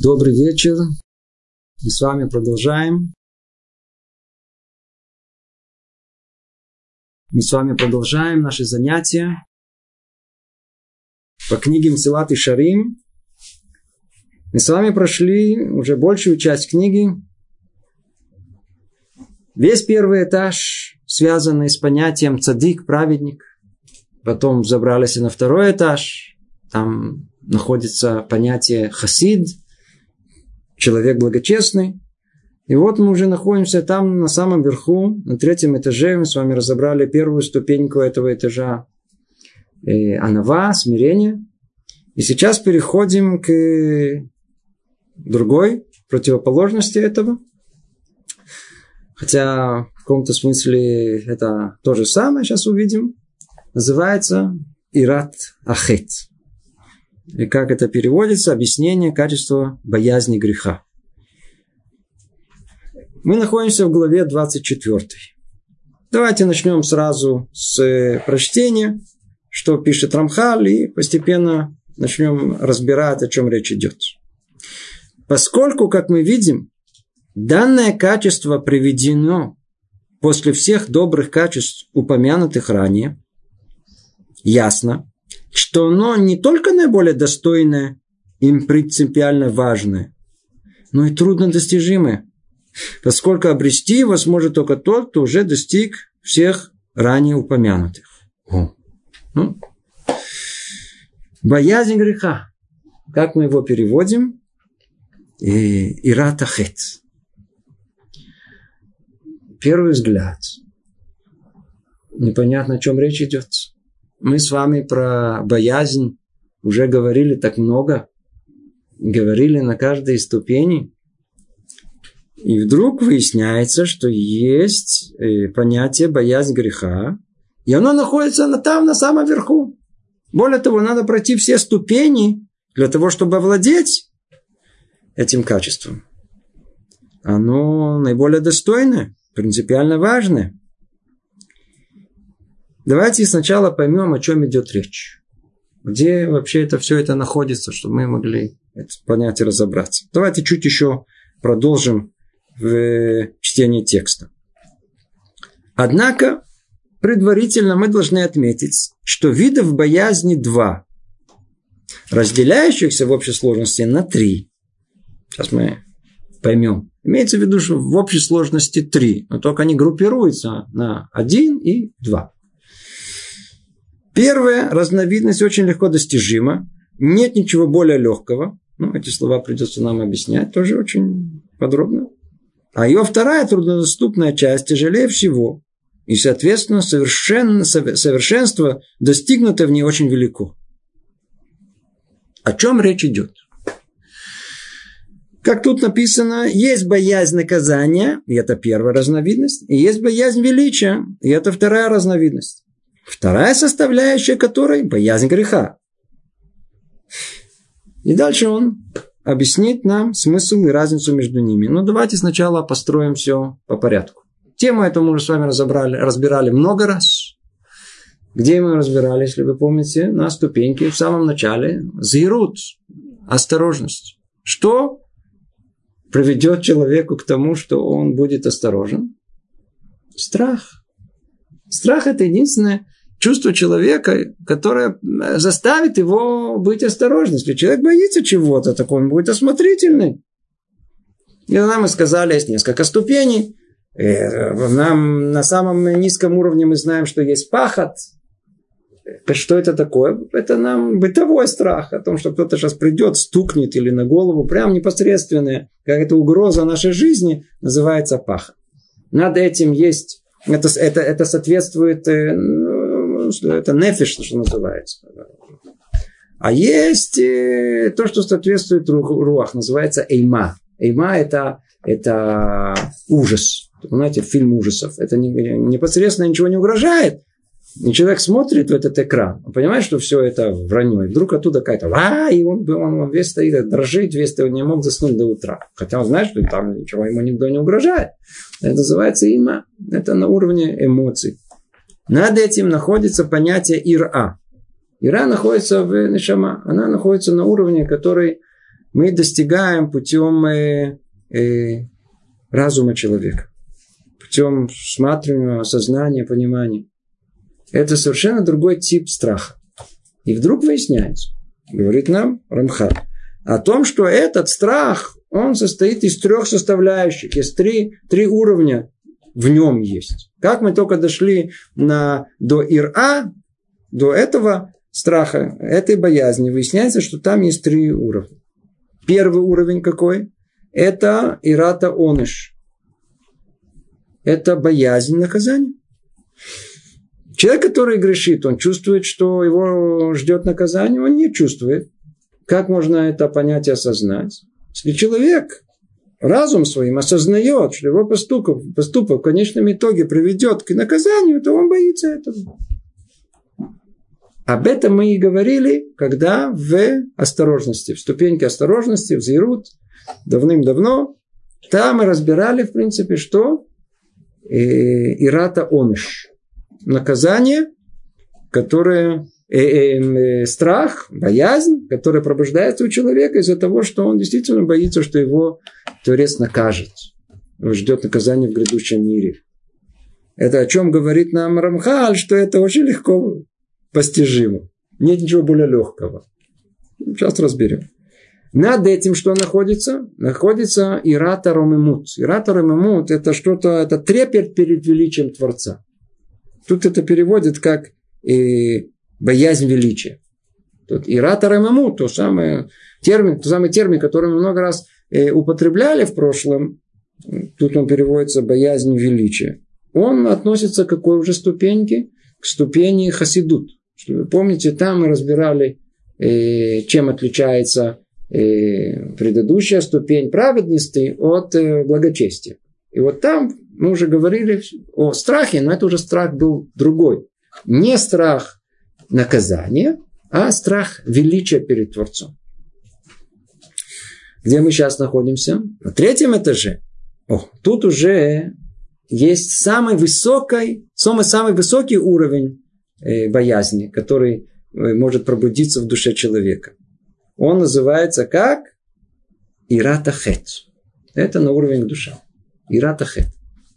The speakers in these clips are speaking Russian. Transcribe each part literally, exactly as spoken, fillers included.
Добрый вечер. Мы с вами продолжаем. Мы с вами продолжаем наши занятия по книге Мсилат Ишарим. Мы с вами прошли уже большую часть книги. Весь первый этаж, связанный с понятием цадик, праведник. Потом забрались на второй этаж. Там находится понятие хасид, человек благочестный. И вот мы уже находимся там на самом верху, на третьем этаже. Мы с вами разобрали первую ступеньку этого этажа. Анава, смирение. И сейчас переходим к другой противоположности этого. Хотя в каком-то смысле это то же самое, сейчас увидим. Называется ират ахет. И как это переводится? Объяснение качества боязни греха. Мы находимся в главе двадцать четыре. Давайте начнем сразу с прочтения, что пишет Рамхаль, и постепенно начнем разбирать, о чем речь идет. Поскольку, как мы видим, данное качество приведено после всех добрых качеств, упомянутых ранее, ясно, что оно не только наиболее достойное, им принципиально важное, но и труднодостижимое, поскольку обрести его сможет только тот, кто уже достиг всех ранее упомянутых. Ну, боязнь греха. Как мы его переводим? Ират ахет. Первый взгляд. Непонятно, о чем речь идет. Мы с вами про боязнь уже говорили так много. Говорили на каждой ступени. И вдруг выясняется, что есть понятие боязнь греха. И оно находится там, на самом верху. Более того, надо пройти все ступени для того, чтобы овладеть этим качеством. Оно наиболее достойное, принципиально важное. Давайте сначала поймем, о чем идет речь. Где вообще это все это находится, чтобы мы могли это понять и разобраться. Давайте чуть еще продолжим в чтении текста. Однако, предварительно мы должны отметить, что видов боязни два, разделяющихся в общей сложности на три. Сейчас мы поймем. Имеется в виду, что в общей сложности три, но только они группируются на один и два. Первая разновидность очень легко достижима. Нет ничего более легкого. Ну, эти слова придется нам объяснять тоже очень подробно. А ее вторая труднодоступная часть тяжелее всего. И, соответственно, совершен... совершенство, достигнутое в ней, очень велико. О чем речь идет? Как тут написано, есть боязнь наказания, и это первая разновидность, и есть боязнь величия, и это вторая разновидность. Вторая составляющая которой – боязнь греха. И дальше он объяснит нам смысл и разницу между ними. Но давайте сначала построим все по порядку. Тему эту мы уже с вами разобрали, разбирали много раз. Где мы разбирали, если вы помните, на ступеньке в самом начале. Зирут, осторожность. Что приведет человеку к тому, что он будет осторожен? Страх. Страх – это единственное чувство человека, которое заставит его быть осторожным. Если человек боится чего-то, так он будет осмотрительный. И нам мы сказали, есть несколько ступеней. Нам на самом низком уровне мы знаем, что есть пахат. Что это такое? Это нам бытовой страх о том, что кто-то сейчас придет, стукнет или на голову. Прям непосредственная какая-то угроза нашей жизни называется пахат. Над этим есть... Это, это, это соответствует... Это нефиш, что называется. А есть то, что соответствует руах. Называется эйма. Эйма это, это ужас. Знаете, фильм ужасов. Это не, непосредственно ничего не угрожает. И человек смотрит в этот экран. Он понимает, что все это вранье. И вдруг оттуда какая-то... А, и он, он весь стоит, дрожит, весь он не мог заснуть до утра. Хотя он знает, что там ничего ему никто не угрожает. Это называется има. Это на уровне эмоций. Над этим находится понятие ира. Ира находится в нешама. Она находится на уровне, который мы достигаем путем э, э, разума человека. Путем всматривания, осознания, понимания. Это совершенно другой тип страха. И вдруг выясняется, говорит нам Рамхаль, о том, что этот страх, он состоит из трех составляющих. Есть три, три уровня в нем есть. Как мы только дошли на, до ира, до этого страха, этой боязни, выясняется, что там есть три уровня. Первый уровень какой? Это ирата оныш. Это боязнь наказания. Человек, который грешит, он чувствует, что его ждет наказание, он не чувствует. Как можно это понять и осознать? Если человек разум своим осознает, что его поступок, поступок в конечном итоге приведет к наказанию, то он боится этого. Об этом мы и говорили, когда в осторожности, в ступеньке осторожности, в зирут, давным-давно, там мы разбирали, в принципе, что ирата оныш. Наказание, которое э, э, э, страх, боязнь, которая пробуждается у человека из-за того, что он действительно боится, что его Творец накажет. Он ждет наказания в грядущем мире. Это о чем говорит нам Рамхаль, что это очень легко постижимо. Нет ничего более легкого. Сейчас разберем. Над этим что находится? Находится ирата ромемут. Ирата ромемут это что-то, это трепет перед величием Творца. Тут это переводит как э, боязнь величия. Тут ирата ромемут, то самый термин, тот самый термин, который мы много раз э, употребляли в прошлом. Тут он переводится боязнь величия. Он относится к какой уже ступеньке? К ступени хасидут. Что вы помните, там мы разбирали, э, чем отличается э, предыдущая ступень праведности от э, благочестия. И вот там мы уже говорили о страхе, но это уже страх был другой. Не страх наказания, а страх величия перед Творцом. Где мы сейчас находимся? На третьем этаже. О, тут уже есть самый высокий, самый, самый высокий уровень э, боязни, который э, может пробудиться в душе человека. Он называется как ирата хет. Это на уровень души. Ирата хет.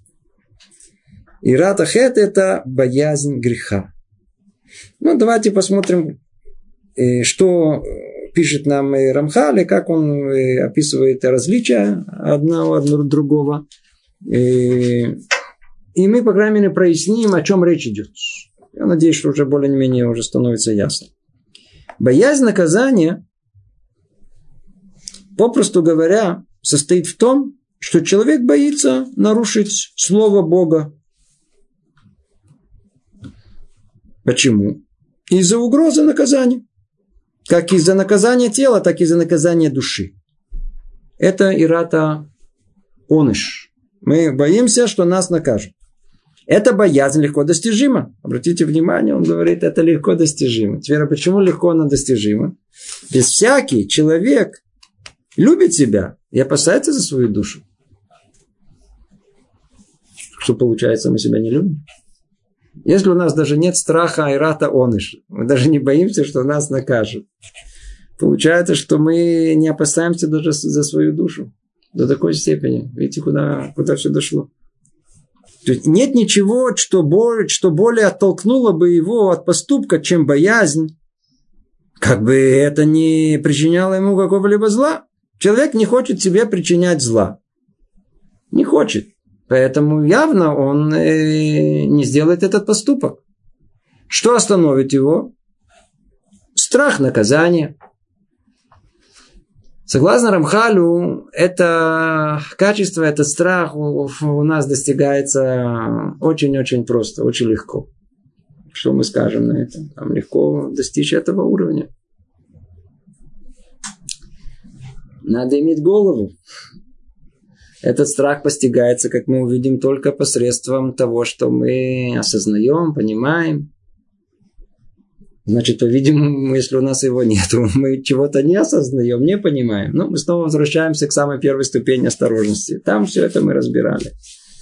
Ирата хет – это боязнь греха. Ну, давайте посмотрим, что пишет нам Рамхаль, как он описывает различия одного от другого. И мы, по крайней мере, проясним, о чем речь идет. Я надеюсь, что уже более-менее уже становится ясно. Боязнь наказания, попросту говоря, состоит в том, что человек боится нарушить слово Бога. Почему? Из-за угрозы наказания. Как из-за наказания тела, так и из-за наказания души. Это ирата оныш. Мы боимся, что нас накажут. Эта боязнь легко достижима. Обратите внимание, он говорит, это легко достижимо. Теперь, почему легко она достижима? Ведь всякий человек любит себя и опасается за свою душу. Что получается, мы себя не любим? Если у нас даже нет страха айрата оныш, мы даже не боимся, что нас накажут, получается, что мы не опасаемся даже за свою душу. До такой степени. Видите, куда, куда все дошло. То есть нет ничего, что более, что более оттолкнуло бы его от поступка, чем боязнь. Как бы это не причиняло ему какого-либо зла. Человек не хочет себе причинять зла. Не хочет. Поэтому явно он э, не сделает этот поступок. Что остановит его? Страх наказания. Согласно Рамхалю, это качество, этот страх у, у нас достигается очень-очень просто, очень легко. Что мы скажем на это? Нам легко достичь этого уровня. Надо иметь голову. Этот страх постигается, как мы увидим, только посредством того, что мы осознаем, понимаем. Значит, по-видимому, если у нас его нет, мы чего-то не осознаем, не понимаем. Ну, мы снова возвращаемся к самой первой ступени осторожности. Там все это мы разбирали.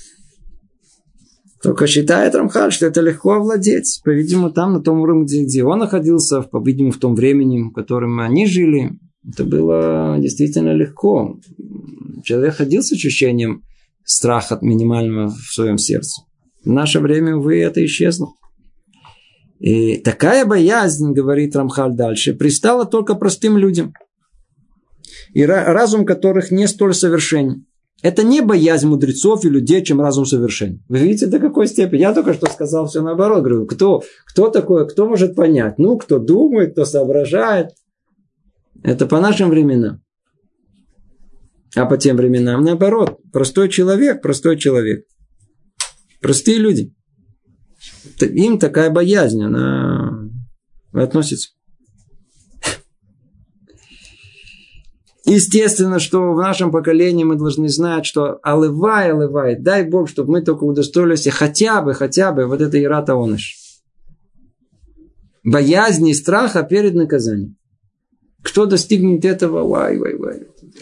Только считает Рамхаль, что это легко овладеть. По-видимому, там, на том уровне, где он находился, по-видимому, в том времени, в котором они жили, Это было действительно легко. Человек ходил с ощущением страха минимального в своем сердце. В наше время, увы, это исчезло. И такая боязнь, говорит Рамхаль дальше, пристала только простым людям, и разум которых не столь совершенен. Это не боязнь мудрецов и людей, чем разум совершенен. Вы видите, до какой степени? Я только что сказал все наоборот. Говорю, кто, кто такое, кто может понять? Ну, кто думает, кто соображает. Это по нашим временам. А по тем временам наоборот. Простой человек, простой человек. Простые люди. Им такая боязнь, она относится. Естественно, что в нашем поколении мы должны знать, что алывай, алывай, дай Бог, чтобы мы только удостоились хотя бы, хотя бы вот это ират аоныш. Боязни и страха перед наказанием. Кто достигнет этого, вай, вай, вай.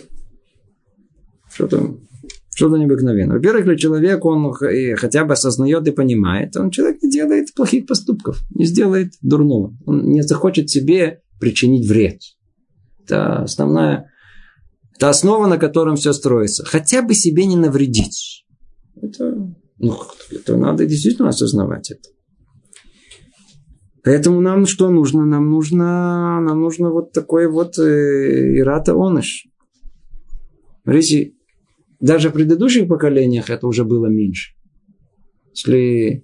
Что-то, что-то необыкновенное. Во-первых, если человек, он хотя бы осознает и понимает, он человек не делает плохих поступков, не сделает дурного. Он не захочет себе причинить вред. Это основная... Это основа, на котором все строится. Хотя бы себе не навредить. Это, ну, это надо действительно осознавать это. Поэтому нам что нужно? Нам нужно, нам нужно вот такой вот э, ират аоныш. Смотрите, даже в предыдущих поколениях это уже было меньше. Если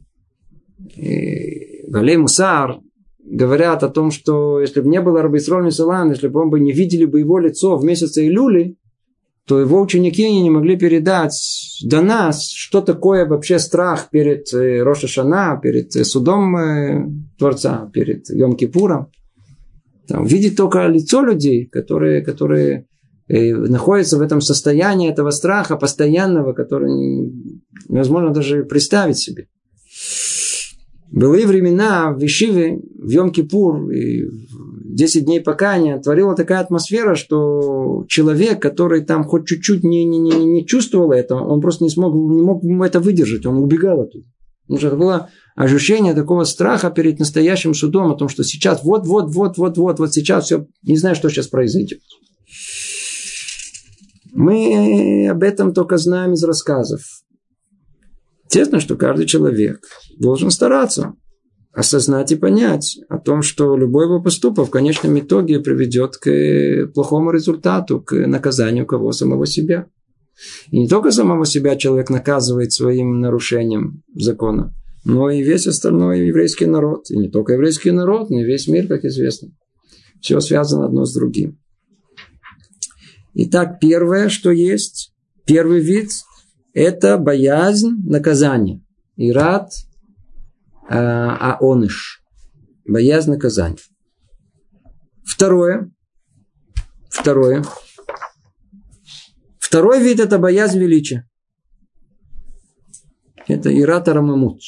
э, Галей Мусар говорят о том, что если бы не было Раби Исроэль Месулам, если бы он бы не видели бы его лицо в месяце Илюли, то его ученики не могли передать до нас, что такое вообще страх перед Рош ха-Шана, перед судом Творца, перед Йом-Кипуром. Там, видеть только лицо людей, которые, которые э, находятся в этом состоянии этого страха постоянного, который невозможно даже представить себе. Былые времена в Ешиве, в Йом-Кипур, и десять дней покаяния творила такая атмосфера, что человек, который там хоть чуть-чуть не, не, не, не чувствовал этого, он просто не смог, не мог это выдержать, он убегал оттуда. Потому что это было ощущение такого страха перед настоящим судом, о том, что сейчас вот-вот-вот-вот-вот, вот сейчас все, не знаю, что сейчас произойдет. Мы об этом только знаем из рассказов. Естественно, что каждый человек должен стараться осознать и понять о том, что любой его поступок в конечном итоге приведет к плохому результату, к наказанию кого? Самого себя. И не только самого себя человек наказывает своим нарушением закона, но и весь остальной еврейский народ. И не только еврейский народ, но и весь мир, как известно. Все связано одно с другим. Итак, первое, что есть, первый вид – это боязнь наказания. Ират аоныш. Боязнь наказания. Второе. Второе. Второй вид – это боязнь величия. Это ират арамамут.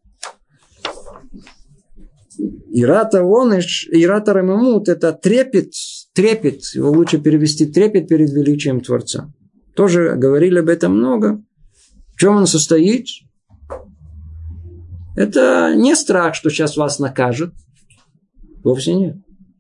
Ират аоныш, ират арамамут – это трепет, трепет, его лучше перевести трепет перед величием Творца. Тоже говорили об этом много. В чем он состоит? Это не страх, что сейчас вас накажут. Вовсе нет.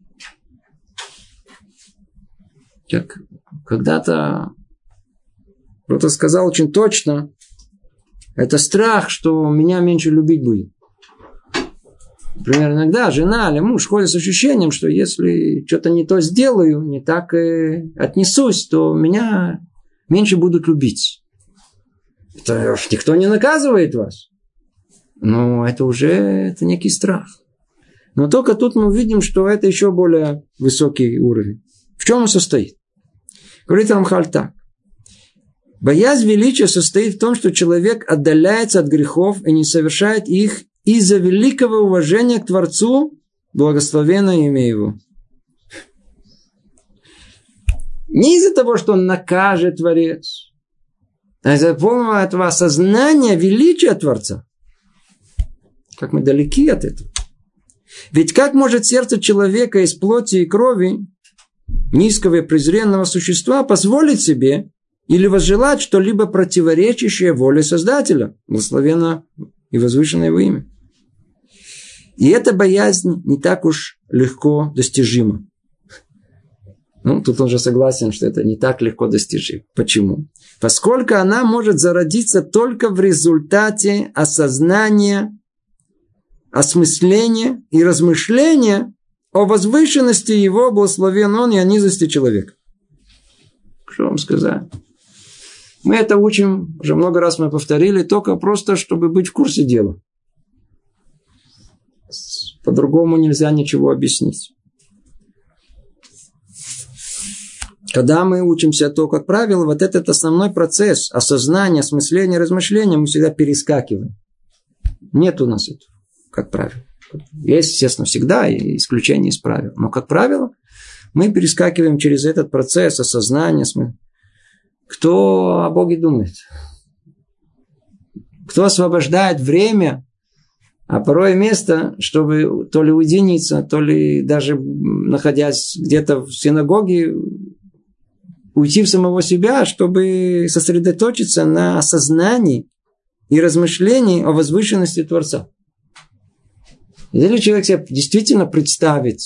Как когда-то кто-то сказал очень точно, это страх, что меня меньше любить будет. Например, иногда жена или муж ходит с ощущением, что если что-то не то сделаю, не так и отнесусь, то меня меньше будут любить. Это никто не наказывает вас. Но это уже это некий страх. Но только тут мы видим, что это еще более высокий уровень. В чем он состоит? Говорит Рамхаль так. Боязнь величия состоит в том, что человек отдаляется от грехов и не совершает их из-за великого уважения к Творцу, благословенное имя Его. Не из-за того, что он накажет Творец, а из-за полного этого осознания величия Творца. Как мы далеки от этого. Ведь как может сердце человека из плоти и крови, низкого и презренного существа, позволить себе или возжелать что-либо противоречащее воле Создателя, благословенно и возвышенное Его имя? И эта боязнь не так уж легко достижима. Ну, тут он же согласен, что это не так легко достижимо. Почему? Поскольку она может зародиться только в результате осознания, осмысления и размышления о возвышенности его, благословен он, и о низости человека. Что вам сказать? Мы это учим, уже много раз мы повторили, только просто, чтобы быть в курсе дела. По-другому нельзя ничего объяснить. Когда мы учимся, то, как правило, вот этот основной процесс осознания, осмысления, размышления мы всегда перескакиваем. Нет у нас этого, как правило. Есть, естественно, всегда исключения из правил. Но, как правило, мы перескакиваем через этот процесс осознания. Кто о Боге думает? Кто освобождает время, а порой место, чтобы то ли уединиться, то ли даже находясь где-то в синагоге, уйти в самого себя, чтобы сосредоточиться на осознании и размышлении о возвышенности Творца. Если человек себе действительно представит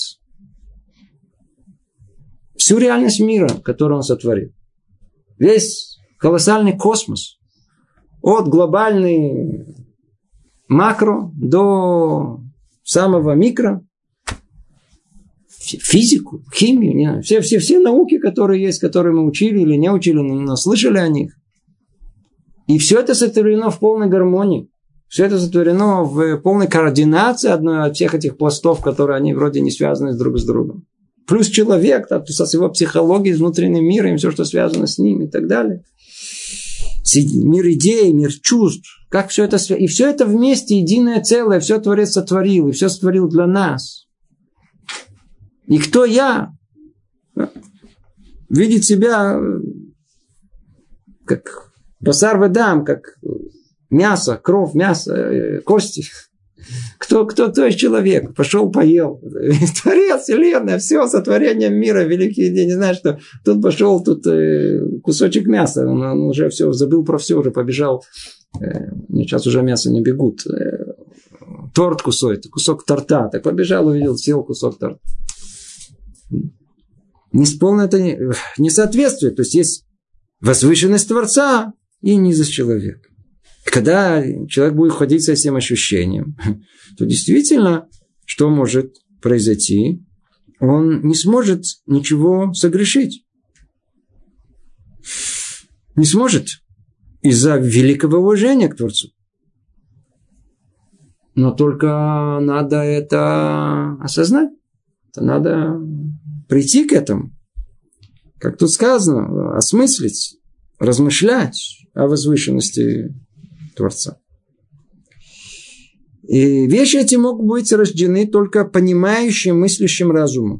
всю реальность мира, которую он сотворил, весь колоссальный космос, от глобальной макро до самого микро, физику, химию, не знаю, все, все, все науки, которые есть, которые мы учили или не учили, но слышали о них. И все это сотворено в полной гармонии. Все это сотворено в полной координации одной от всех этих пластов, которые они вроде не связаны друг с другом. Плюс человек, да, с его психологией, с внутренним миром, все, что связано с ним и так далее. Мир идей, мир чувств. Как все это связано. И все это вместе, единое целое, все Творец сотворил, и все сотворил для нас. И кто я? Видит себя как басар ведам, как мясо, кровь, мясо, кости. Кто, кто, кто есть человек? Пошел, поел. Творец, вселенная, все, сотворение мира, великий день. Не знаю, что тут пошел, тут кусочек мяса. Он, он уже все, забыл про все, уже побежал. Сейчас уже мясо не бегут. Торт кусок, кусок торта. Так побежал, увидел, съел кусок торта. Несполно это несоответствие. То есть есть возвышенность Творца и низость человека. Когда человек будет ходить с этим ощущением, то действительно, что может произойти? Он не сможет ничего согрешить. Не сможет. Из-за великого уважения к Творцу. Но только надо это осознать. Это надо прийти к этому. Как тут сказано, осмыслить, размышлять о возвышенности Творца. И вещи эти могут быть рождены только понимающим, мыслящим разумом.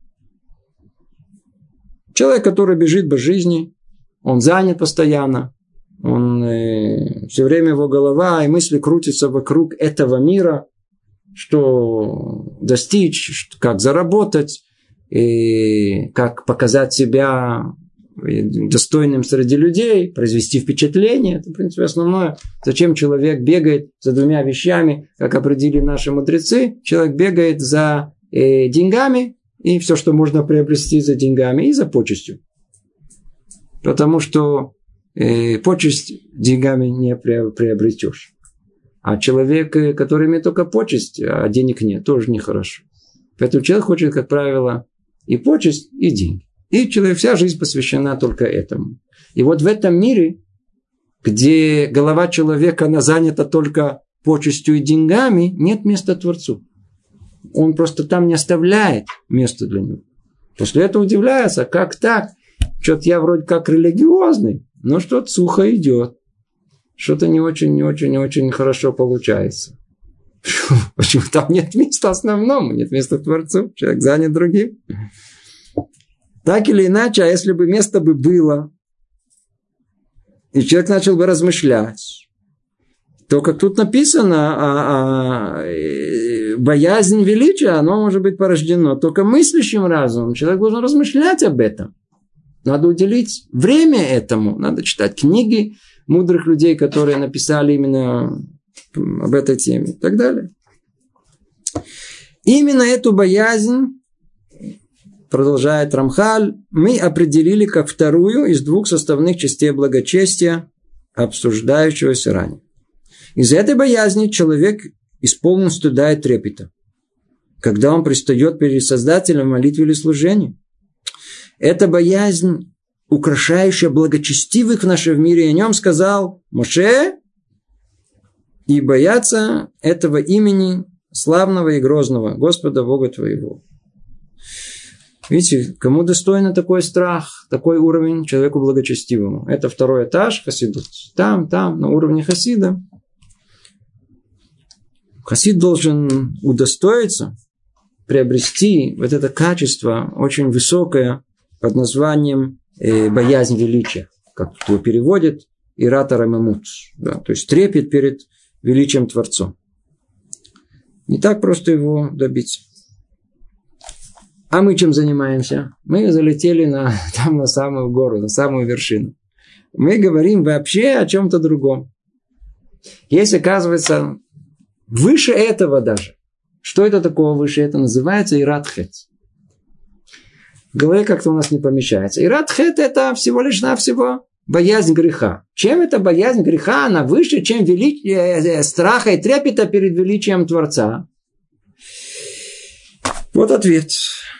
Человек, который бежит по жизни, он занят постоянно, он, э, все время его голова и мысли крутятся вокруг этого мира, что достичь, как заработать, и как показать себя достойным среди людей, произвести впечатление. Это, в принципе, основное. Зачем человек бегает за двумя вещами, как определили наши мудрецы. Человек бегает за э, деньгами, и все, что можно приобрести за деньгами, и за почестью. Потому что э, почесть деньгами не приобретешь. А человек, который имеет только почесть, а денег нет, тоже нехорошо. Поэтому человек хочет, как правило, и почесть, и деньги. И человек, вся жизнь посвящена только этому. И вот в этом мире, где голова человека, она занята только почестью и деньгами, нет места Творцу. Он просто там не оставляет места для него. После этого удивляется, как так? Что-то я вроде как религиозный, но что-то сухо идет. Что-то не очень, не очень, не очень хорошо получается. Почему там нет места основному, нет места Творцу? Человек занят другим. Так или иначе, а если бы место бы было, и человек начал бы размышлять, то, как тут написано, а, а, боязнь величия, оно может быть порождено только мыслящим разумом. Человек должен размышлять об этом. Надо уделить время этому. Надо читать книги мудрых людей, которые написали именно об этой теме и так далее. Именно эту боязнь продолжает Рамхаль, мы определили как вторую из двух составных частей благочестия, обсуждающегося ранее. Из этой боязни человек исполнен стыда и трепета, когда он предстает перед Создателем в молитве или служении. Это боязнь, украшающая благочестивых в нашем мире. И о нем сказал Моше, и бояться этого имени славного и грозного Господа Бога твоего. Видите, кому достойно такой страх, такой уровень человеку благочестивому. Это второй этаж хасидут. Там, там, на уровне хасида. Хасид должен удостоиться, приобрести вот это качество очень высокое под названием э, боязнь величия, как его переводит ират ха-рамамут, да, то есть трепет перед величием Творцом. Не так просто его добиться. А мы чем занимаемся? Мы залетели на, там, на самую гору, на самую вершину. Мы говорим вообще о чем-то другом. Если, оказывается, выше этого даже. Что это такое выше? Это называется ират хет. В голове как-то у нас не помещается. Ират хет это всего лишь навсего боязнь греха. Чем эта боязнь греха? Она выше, чем велич... страха и трепета перед величием Творца. Вот ответ.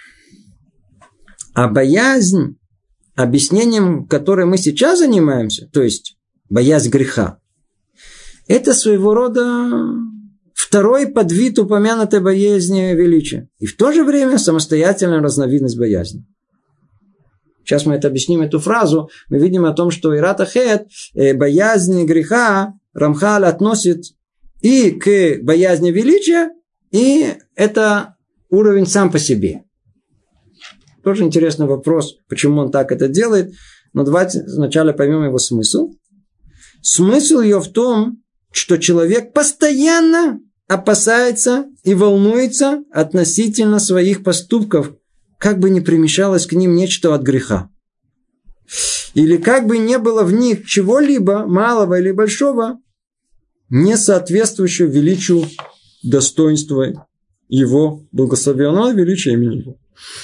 А боязнь, объяснением, которым мы сейчас занимаемся, то есть боязнь греха, это своего рода второй подвид упомянутой боязни величия. И в то же время самостоятельная разновидность боязни. Сейчас мы это объясним, эту фразу. Мы видим о том, что ират ха-хет, боязнь греха, Рамхаль относит и к боязни величия, и это уровень сам по себе. Тоже интересный вопрос, почему он так это делает. Но давайте сначала поймем его смысл. Смысл ее в том, что человек постоянно опасается и волнуется относительно своих поступков, как бы ни примешалось к ним нечто от греха. Или как бы не было в них чего-либо, малого или большого, не соответствующего величию достоинства его благословенного величия имени его.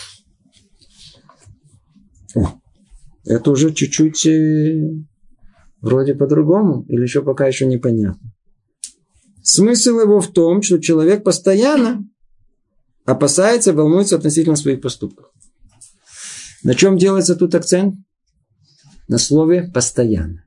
Это уже чуть-чуть вроде по-другому, или еще пока еще непонятно. Смысл его в том, что человек постоянно опасается, волнуется относительно своих поступков. На чем делается тут акцент? На слове «постоянно».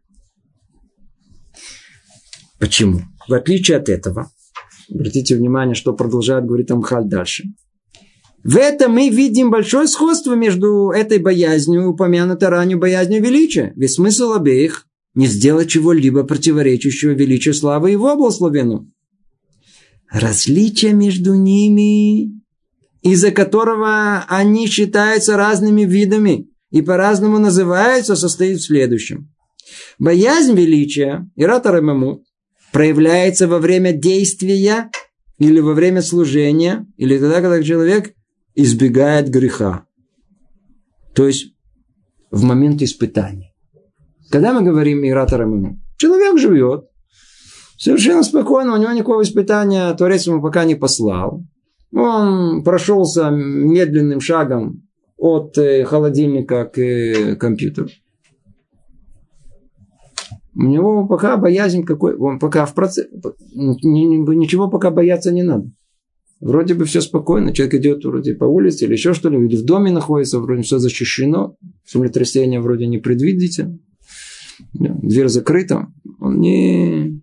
Почему? В отличие от этого, обратите внимание, что продолжает говорить Рамхаль дальше. В этом мы видим большое сходство между этой боязнью, упомянутой ранее боязнью величия. Ведь смысл обеих – не сделать чего-либо противоречащего величию славы его благословенному. Различие между ними, из-за которого они считаются разными видами и по-разному называются, состоит в следующем. Боязнь величия, ират ха-рамамут, проявляется во время действия или во время служения, или тогда, когда человек избегает греха. То есть в момент испытания. Когда мы говорим ират ха-рамамут, человек живет совершенно спокойно, у него никакого испытания Творец ему пока не послал. Он прошелся медленным шагом от холодильника к компьютеру. У него пока боязнь какой, он пока в процессе, ничего пока бояться не надо. Вроде бы все спокойно, человек идет вроде по улице или еще что-то, или в доме находится, вроде все защищено, землетрясение вроде не предвидите, дверь закрыта, он не...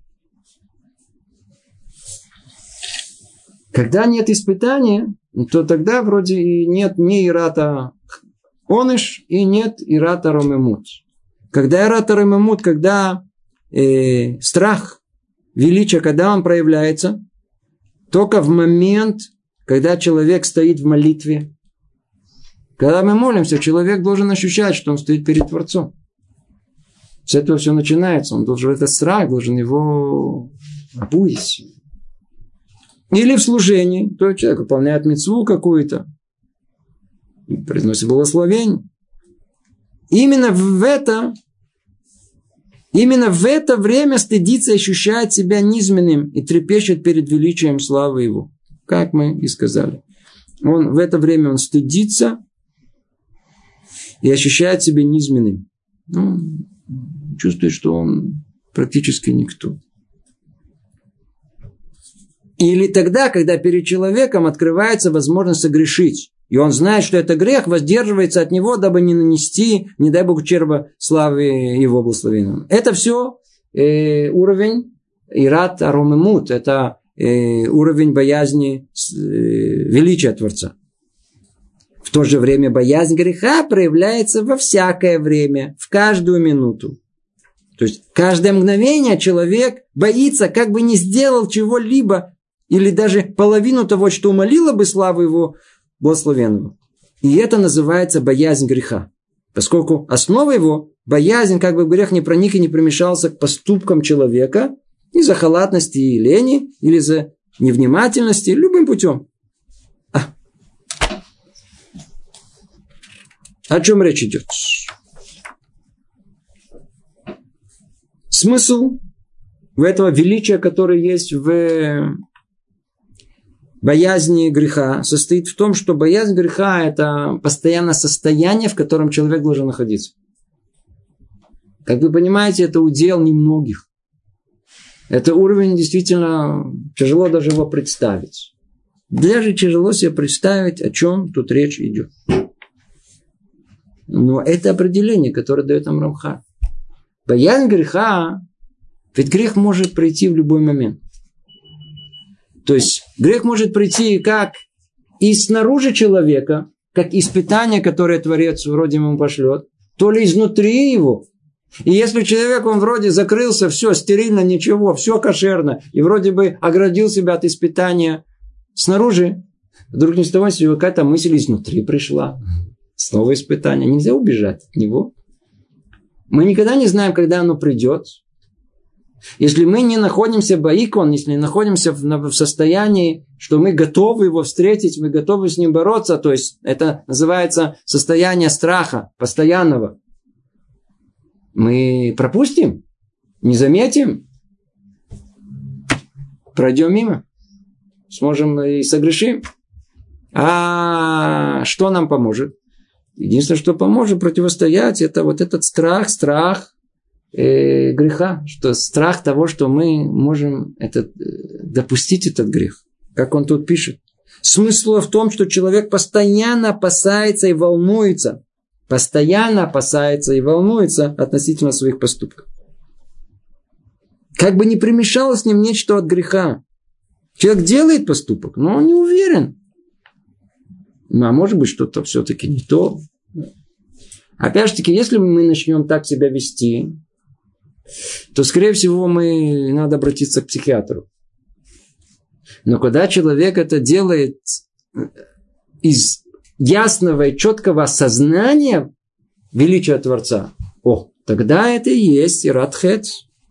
Когда нет испытания, то тогда вроде и нет ни ирата оныш, и нет ирата ха-рамамут. Когда ират ха-рамамут, когда э, страх величия, когда он проявляется, только в момент, когда человек стоит в молитве. Когда мы молимся, человек должен ощущать, что он стоит перед Творцом. С этого все начинается. Он должен, этот страх должен его обуять. Или в служении. То есть человек выполняет мицву какую-то. Произносит благословение. Именно в это, именно в это время стыдится и ощущает себя низменным и трепещет перед величием славы его. Как мы и сказали. Он, в это время он стыдится и ощущает себя низменным. Ну, чувствует, что он практически никто. Или тогда, когда перед человеком открывается возможность согрешить, и он знает, что это грех, воздерживается от него, дабы не нанести, не дай Бог, ущерба славы его благословенному. Это все э, уровень ират аромемут, это э, уровень боязни э, величия Творца. В то же время боязнь греха проявляется во всякое время, в каждую минуту. То есть, каждое мгновение человек боится, как бы не сделал чего-либо, или даже половину того, что умолило бы славу его благословенного. И это называется боязнь греха. Поскольку основа его – боязнь, как бы грех не проник и не примешался к поступкам человека из-за халатности и лени, или из-за невнимательности, любым путем. А. О чем речь идет? Смысл в этого величия, которое есть в боязни греха, состоит в том, что боязнь греха – это постоянное состояние, в котором человек должен находиться. Как вы понимаете, это удел немногих. Это уровень действительно тяжело даже его представить. Даже тяжело себе представить, о чем тут речь идет. Но это определение, которое дает нам Рамхаль. Боязнь греха, ведь грех может прийти в любой момент. То есть грех может прийти как и снаружи человека, как испытание, которое Творец вроде ему пошлет, то ли изнутри его. И если человек, он вроде закрылся, все стерильно, ничего, все кошерно, и вроде бы оградил себя от испытания снаружи, вдруг ни с того ни с сего какая-то мысль изнутри пришла. Снова испытание. Нельзя убежать от него. Мы никогда не знаем, когда оно придет. Если мы не находимся баикон, если не находимся в, в состоянии, что мы готовы его встретить, мы готовы с ним бороться, то есть это называется состояние страха постоянного, мы пропустим, не заметим, пройдем мимо, сможем и согрешим. А что нам поможет? Единственное, что поможет противостоять, это вот этот страх, страх, Э, греха, что страх того, что мы можем этот, э, допустить этот грех. Как он тут пишет. Смысл в том, что человек постоянно опасается и волнуется. Постоянно опасается и волнуется относительно своих поступков. Как бы не примешалось с ним нечто от греха. Человек делает поступок, но он не уверен. Ну, а может быть, что-то все-таки не то. Опять же таки, если мы начнем так себя вести, то, скорее всего, мы надо обратиться к психиатру. Но когда человек это делает из ясного и четкого осознания величия Творца, о, тогда это и есть ират хет.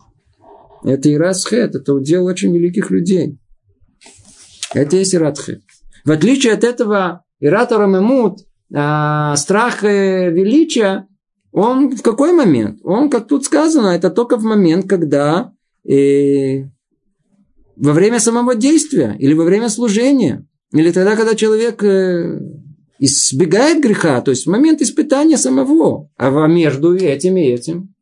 Это ират хет, это удел очень великих людей. Это и есть ират хет. В отличие от этого ират аромемут, страх величия, он в какой момент? Он, как тут сказано, это только в момент, когда э, во время самого действия, или во время служения, или тогда, когда человек э, избегает греха, то есть в момент испытания самого, а между этим и этим.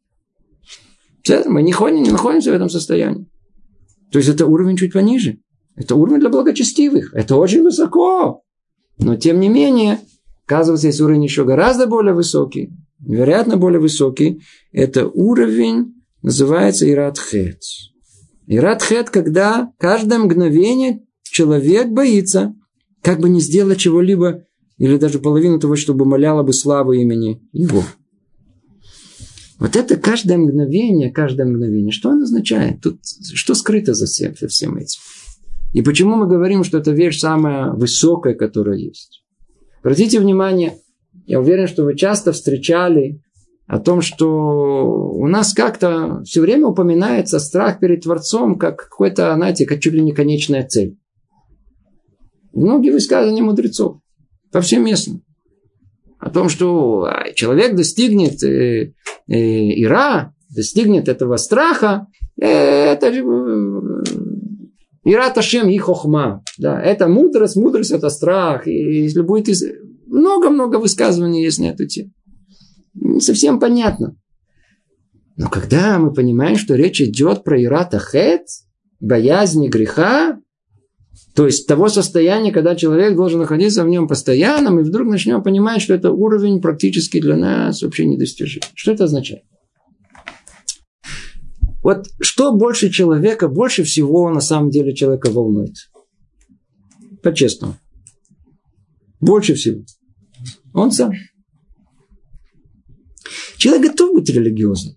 Мы не, ходим, не находимся в этом состоянии. То есть это уровень чуть пониже. Это уровень для благочестивых. Это очень высоко. Но тем не менее, оказывается, есть уровень еще гораздо более высокий. Невероятно более высокий. Это уровень, называется ират хет. Ират хет, когда каждое мгновение человек боится, как бы не сделать чего-либо, или даже половину того, чтобы умаляло бы славу имени его. Вот это каждое мгновение, каждое мгновение. Что оно означает? Тут, что скрыто за всем, за всем этим? И почему мы говорим, что это вещь самая высокая, которая есть? Обратите внимание, я уверен, что вы часто встречали о том, что у нас как-то все время упоминается страх перед Творцом как какой-то, знаете, как чуть ли не конечная цель. Многие высказывания мудрецов, повсеместно. О том, что человек достигнет э, э, ира, достигнет этого страха, э, это ират Ашем и хохма. Да, это мудрость, мудрость это страх. И если будет из... много-много высказываний есть на эту тему. Не совсем понятно. Но когда мы понимаем, что речь идет про ират ахет, боязнь греха, то есть того состояния, когда человек должен находиться в нем постоянно, мы вдруг начнем понимать, что это уровень практически для нас вообще недостижим. Что это означает? Вот что больше человека, больше всего на самом деле человека волнует? По-честному. Больше всего. Он сам. Человек готов быть религиозным.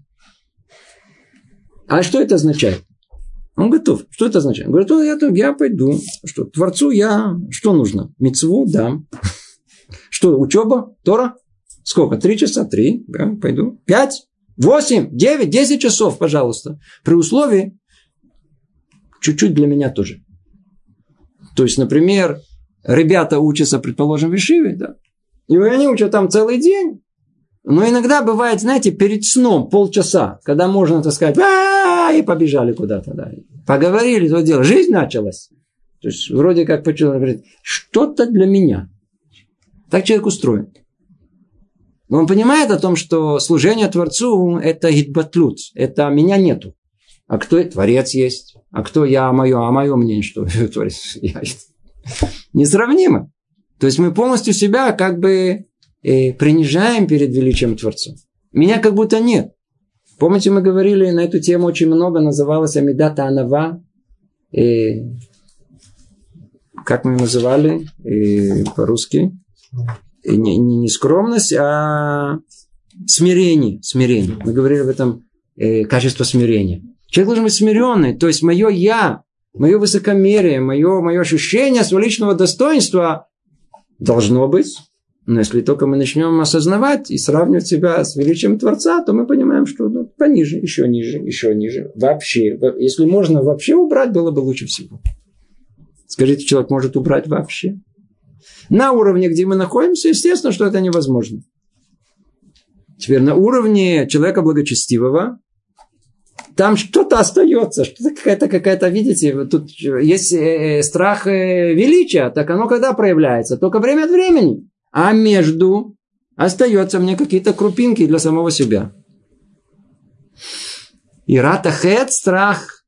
А что это означает? Он готов. Что это означает? Он говорит, ну, я, я пойду. Что, Творцу я... Что нужно? Мицву дам. Что, учеба? Тора? Сколько? Три часа? Три. Да, пойду. Пять? Восемь? Девять? Десять часов, пожалуйста. При условии... Чуть-чуть для меня тоже. То есть, например, ребята учатся, предположим, в Ешиве, да? И они учат там целый день. Но иногда бывает, знаете, перед сном полчаса, когда можно, так сказать, и побежали куда-то, да. Поговорили, то дело. Жизнь началась. То есть, вроде как почему-то говорит, что-то для меня. Так человек устроен. Но он понимает о том, что служение Творцу – это гитбатлут, это меня нету. А кто Творец есть? А кто я, мое? А мое мнение, что Творец я. Несравнимо. То есть, мы полностью себя как бы... И принижаем перед величием Творца. Меня как будто нет. Помните, мы говорили на эту тему очень много, называлась Амидата Анава. И как мы ее называли и по-русски? И не, не, не скромность, а смирение. Смирение. Мы говорили об этом э, качество смирения. Человек должен быть смиренный. То есть, мое я, мое высокомерие, мое, мое ощущение своего личного достоинства должно быть. Но если только мы начнем осознавать и сравнивать себя с величием Творца, то мы понимаем, что ну, пониже, еще ниже, еще ниже. Вообще. Если можно вообще убрать, было бы лучше всего. Скажите, человек может убрать вообще? На уровне, где мы находимся, естественно, что это невозможно. Теперь на уровне человека благочестивого там что-то остается, что-то какая-то, какая-то, видите, тут есть страх величия, так оно когда проявляется? Только время от времени. А между остается мне какие-то крупинки для самого себя. Ират ахет, страх,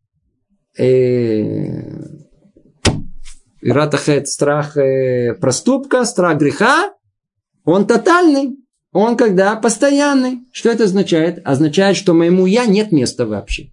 э, ират ахет, страх э, проступка, страх греха, он тотальный. Он когда? Постоянный. Что это означает? Означает, что моему я нет места вообще.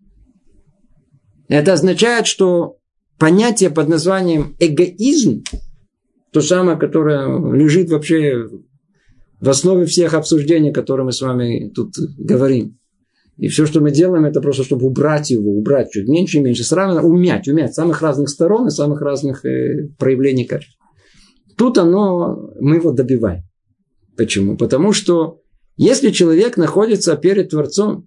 Это означает, что понятие под названием эгоизм, то самое, которое лежит вообще в основе всех обсуждений, которые мы с вами тут говорим. И все, что мы делаем, это просто, чтобы убрать его, убрать чуть меньше и меньше. Сравненно умять, умять с самых разных сторон и самых разных э, проявлений качеств. Тут оно, мы его добиваем. Почему? Потому что если человек находится перед Творцом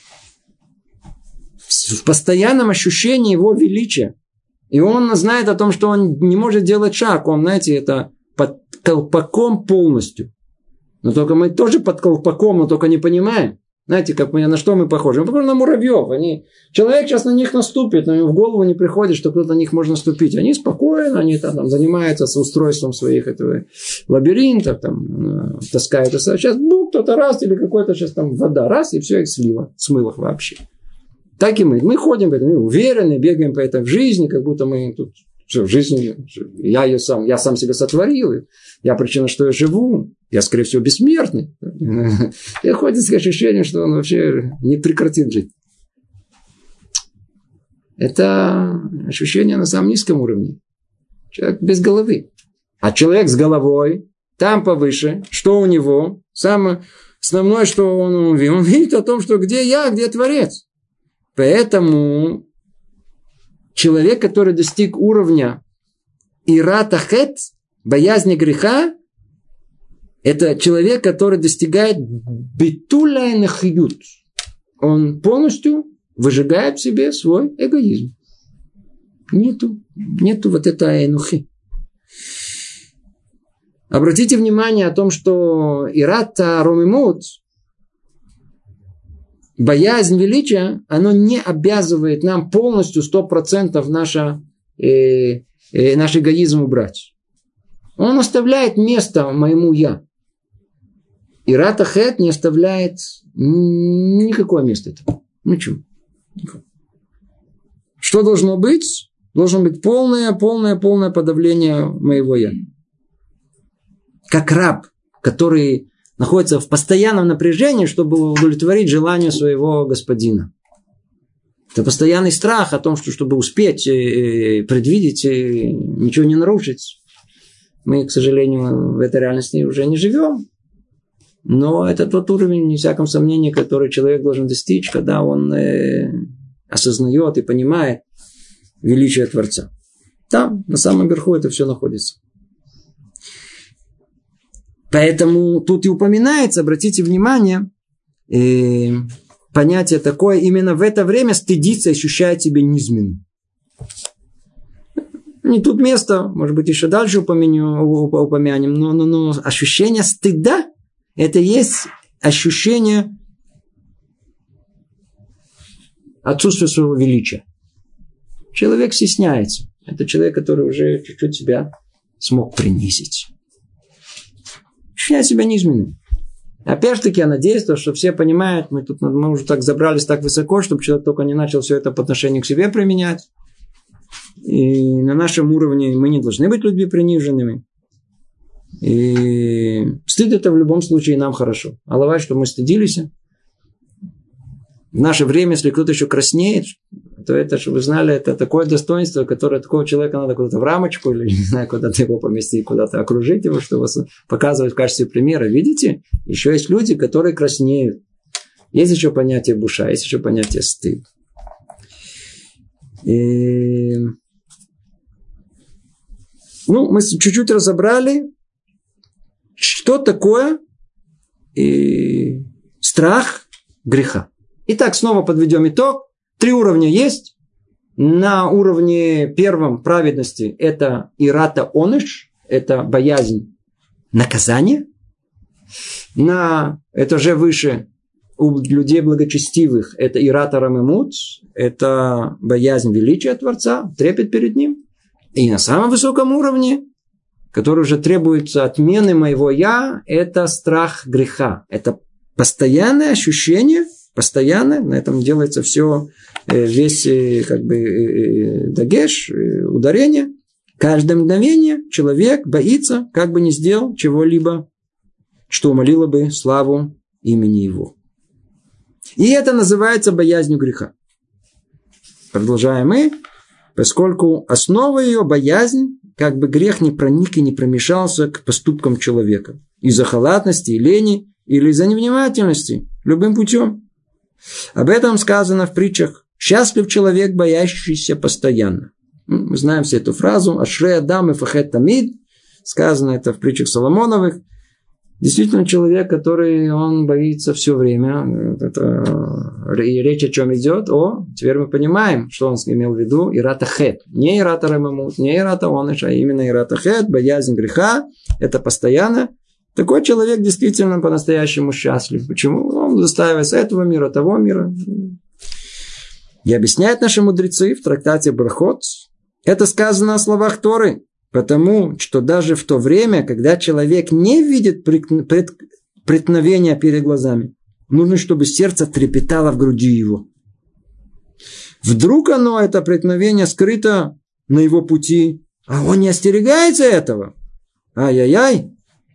в постоянном ощущении его величия, и он знает о том, что он не может делать шаг. Он, знаете, это под колпаком полностью. Но только мы тоже под колпаком, но только не понимаем. Знаете, как мы, на что мы похожи? Мы похожи на муравьев. Они, человек сейчас на них наступит, но ему в голову не приходит, что кто-то на них может наступить. Они спокойно, они там, там занимаются с устройством своих этого лабиринтов, там, таскают. Сейчас бух, кто-то раз, или какой-то сейчас там вода, раз, и все их слило, смыло их вообще. Так и мы. Мы ходим в этом мире уверены, бегаем по этой жизни, как будто мы тут все, в жизни, я ее сам, я сам себя сотворил, я причина, что я живу, я, скорее всего, бессмертный. И ходит с ощущением, что он вообще не прекратит жить. Это ощущение на самом низком уровне. Человек без головы. А человек с головой, там повыше, что у него? Самое основное, что он видит, он видит о том, что где я, где Творец. Поэтому человек, который достиг уровня ират ахет, боязни греха, это человек, который достигает битуля нахьют. Он полностью выжигает в себе свой эгоизм. Нету, нету вот этой энухи. Обратите внимание о том, что ират ромимут, боязнь величия, оно не обязывает нам полностью сто процентов наше, э, э, наш эгоизм убрать. Он оставляет место моему «я». ират а-хет не оставляет никакого места этому. Ничего. Что должно быть? Должно быть полное, полное, полное подавление моего я. Как раб, который находится в постоянном напряжении, чтобы удовлетворить желанию своего господина. Это постоянный страх о том, что чтобы успеть, предвидеть, ничего не нарушить. Мы, к сожалению, в этой реальности уже не живем. Но это тот уровень, не всяком сомнении, который человек должен достичь, когда он э, осознает и понимает величие Творца. Там, на самом верху, это все находится. Поэтому тут и упоминается, обратите внимание, э, понятие такое, именно в это время стыдиться, ощущая себя низменным. Не тут место, может быть, еще дальше упомянем, упомянем, но, но, но ощущение стыда, это есть ощущение отсутствия своего величия. Человек стесняется. Это человек, который уже чуть-чуть себя смог принизить. Ощущает себя низменным. Опять же таки, я надеюсь, что все понимают, мы тут мы уже так забрались так высоко, чтобы человек только не начал все это по отношению к себе применять. И на нашем уровне мы не должны быть людьми приниженными. И стыд это в любом случае нам хорошо. Аллах, что мы стыдились. В наше время, если кто-то еще краснеет, то это, чтобы вы знали, это такое достоинство, которое такого человека надо куда-то в рамочку или, не знаю, куда-то его поместить, куда-то окружить его, чтобы показывать в качестве примера. Видите? Еще есть люди, которые краснеют. Есть еще понятие буша, есть еще понятие стыд. И... Ну, мы чуть-чуть разобрали, что такое и страх греха. Итак, снова подведем итог. Три уровня есть. На уровне первом праведности это ирата оныш, это боязнь наказания. На этаже выше у людей благочестивых это ирата рамемут, это боязнь величия Творца, трепет перед ним. И на самом высоком уровне, который уже требуется отмены моего «я», это страх греха. Это постоянное ощущение, постоянное, на этом делается все, весь как бы дагеш, ударение. Каждое мгновение человек боится, как бы не сделал чего-либо, что умолило бы славу имени его. И это называется боязнью греха. Продолжаем мы. Поскольку основа ее боязнь, как бы грех не проник и не промешался к поступкам человека. Из-за халатности и лени, или из-за невнимательности, любым путем. Об этом сказано в притчах. Счастлив человек, боящийся постоянно. Мы знаем все эту фразу. Ашрей адам и фахет тамид. Сказано это в притчах Соломоновых. Действительно, человек, который он боится все время. Это, и речь о чем идет? О, теперь мы понимаем, что он имел в виду. Ирата хет. Не ирата рамамут, не ирата оныш, а именно ирата хет, боязнь греха. Это постоянно. Такой человек действительно по-настоящему счастлив. Почему? Он достаивается этого мира, того мира. И объясняют наши мудрецы в трактате Брахот. Это сказано о словах Торы. Потому что даже в то время, когда человек не видит преткновения перед глазами, нужно, чтобы сердце трепетало в груди его. Вдруг оно, это преткновение, скрыто на его пути, а он не остерегается этого. Ай-яй-яй.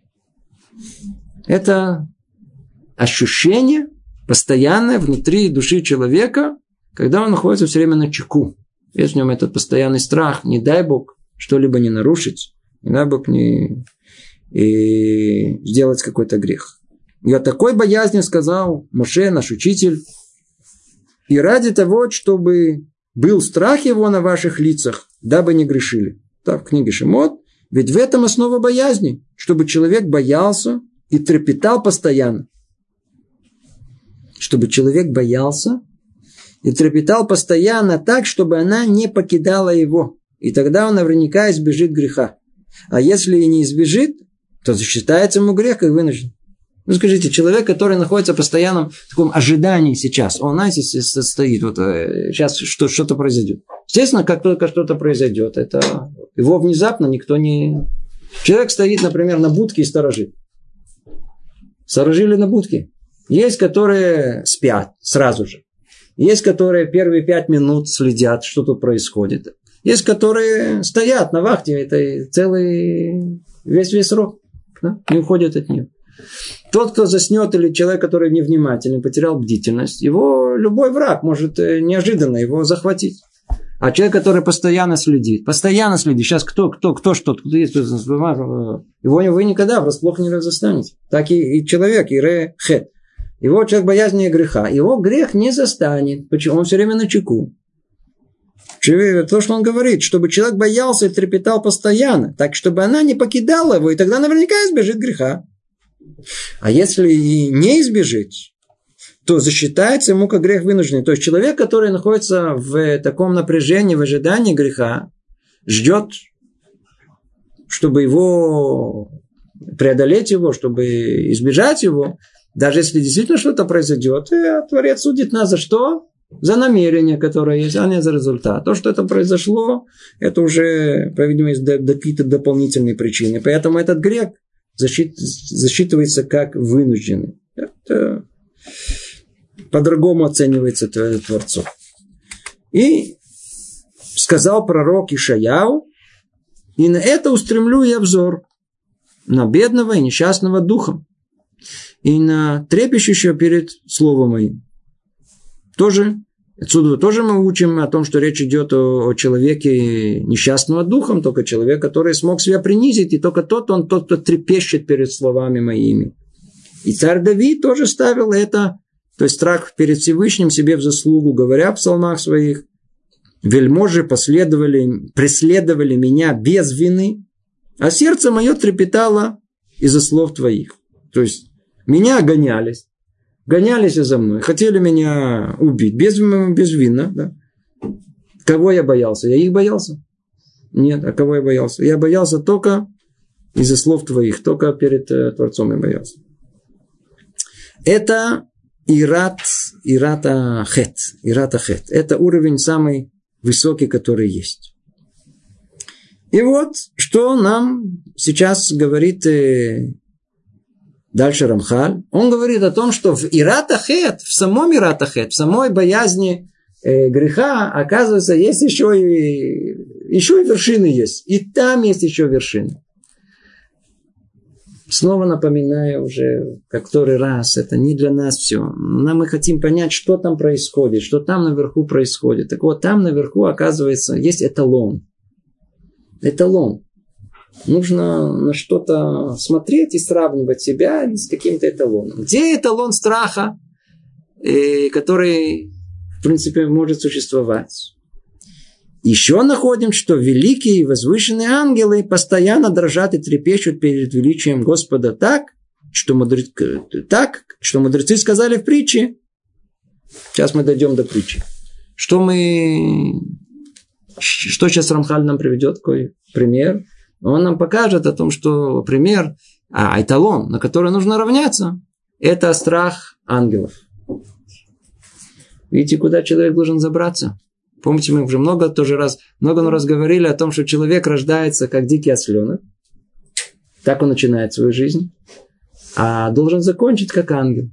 Это ощущение постоянное внутри души человека, когда он находится все время на чеку. Есть в нем этот постоянный страх, не дай Бог, что-либо не нарушить, не дай Бог не и сделать какой-то грех. И о такой боязни сказал Моше, наш учитель. И ради того, чтобы был страх его на ваших лицах, дабы не грешили. Так, в книге Шемот. Ведь в этом основа боязни, чтобы человек боялся и трепетал постоянно. Чтобы человек боялся и трепетал постоянно так, чтобы она не покидала его. И тогда он наверняка избежит греха. А если и не избежит, то засчитается ему грех, как вынужден. Ну, скажите, человек, который находится в постоянном таком ожидании сейчас, он, знаете, стоит, вот сейчас что, что-то произойдет. Естественно, как только что-то произойдет, это его внезапно никто не... Человек стоит, например, на будке и сторожит. Сторожили на будке. Есть, которые спят сразу же. Есть, которые первые пять минут следят, что тут происходит. Есть, которые стоят на вахте. Это целый весь-весь срок. Да? Не уходят от нее. Тот, кто заснет, или человек, который невнимательный, потерял бдительность, его любой враг может неожиданно его захватить. А человек, который постоянно следит, постоянно следит, сейчас кто, кто, кто, что, кто есть, его вы никогда врасплох не застанете. Так и, и человек, ире хет. Его человек боязнее греха. Его грех не застанет. Почему? Он все время на чеку. То, что он говорит, чтобы человек боялся и трепетал постоянно, так, чтобы она не покидала его, и тогда наверняка избежит греха. А если и не избежит, то засчитается ему как грех вынужденный. То есть человек, который находится в таком напряжении, в ожидании греха, ждет, чтобы его преодолеть его, чтобы избежать его. Даже если действительно что-то произойдет, Творец судит нас за что? За намерение, которое есть, а не за результат. То, что это произошло, это уже, по-видимому, есть какие-то дополнительные причины. Поэтому этот грех защит, засчитывается как вынужденный. Это по-другому оценивается Творцом. И сказал пророк Ишаяу, и на это устремлю я взор, на бедного и несчастного духом, и на трепещущего перед словом моим. Тоже, отсюда тоже мы учим о том, что речь идет о, о человеке несчастного духом, только человек, который смог себя принизить, и только тот, он тот, кто трепещет перед словами моими. И царь Давид тоже ставил это, то есть страх перед Всевышним себе в заслугу, говоря в псалмах своих: «Вельможи последовали, преследовали меня без вины, а сердце мое трепетало из-за слов твоих». То есть меня гонялись, гонялись за мной, хотели меня убить без, безвинно. Да? Кого я боялся? Я их боялся? Нет, а кого я боялся? Я боялся только из-за слов твоих, только перед э, Творцом я боялся. Это ират, ирата хет, ирата хет. Это уровень самый высокий, который есть. И вот, что нам сейчас говорит э, дальше Рамхаль. Он говорит о том, что в ирата хет, в самом ирата хет, в самой боязни э, греха, оказывается, есть еще и, еще и вершины есть. И там есть еще вершины. Снова напоминаю уже, который раз, это не для нас все. Нам мы хотим понять, что там происходит, что там наверху происходит. Так вот, там наверху, оказывается, есть эталон. Эталон. Нужно на что-то смотреть и сравнивать себя с каким-то эталоном. Где эталон страха, который, в принципе, может существовать? Еще находим, что великие и возвышенные ангелы постоянно дрожат и трепещут перед величием Господа так, что, мудрец... так, что мудрецы сказали в притче. Сейчас мы дойдем до притчи. Что мы... Что сейчас Рамхаль нам приведет? Какой пример? Он нам покажет о том, что пример, а эталон, на который нужно равняться, это страх ангелов. Видите, куда человек должен забраться? Помните, мы уже много тоже раз, много раз говорили о том, что человек рождается как дикий осленок. Так он начинает свою жизнь. А должен закончить как ангел.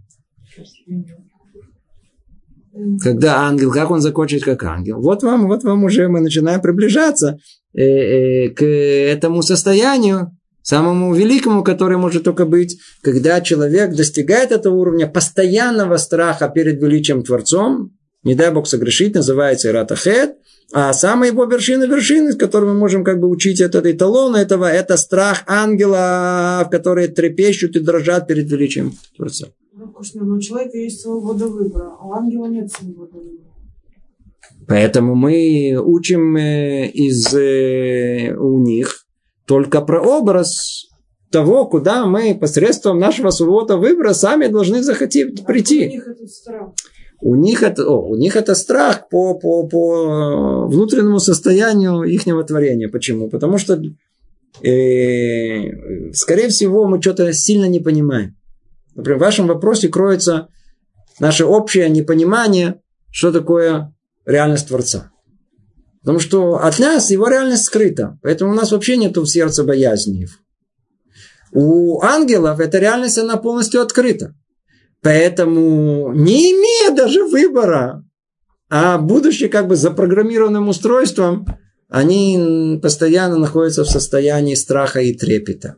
Когда ангел, как он закончит как ангел? Вот вам, вот вам уже мы начинаем приближаться э, э, к этому состоянию, самому великому, который может только быть, когда человек достигает этого уровня постоянного страха перед величием Творцом. Не дай Бог согрешить, называется ирата хет. А самая его вершина, вершины, с которой мы можем как бы учить этот эталон этого, это страх ангела, которые трепещут и дрожат перед величием Творца. Но у человека есть свобода выбора, а у ангела нет свободы выбора. Поэтому мы учим из у них только про образ того, куда мы посредством нашего свободы выбора сами должны захотеть прийти. А у них это страх. У них это, о, у них это страх по, по, по внутреннему состоянию ихнего творения. Почему? Потому что, э, скорее всего, мы что-то сильно не понимаем. Например, в вашем вопросе кроется наше общее непонимание, что такое реальность Творца. Потому что от нас его реальность скрыта. Поэтому у нас вообще нет в сердце боязни. У ангелов эта реальность, она полностью открыта. Поэтому, не имея даже выбора, а будучи как бы запрограммированным устройством, они постоянно находятся в состоянии страха и трепета.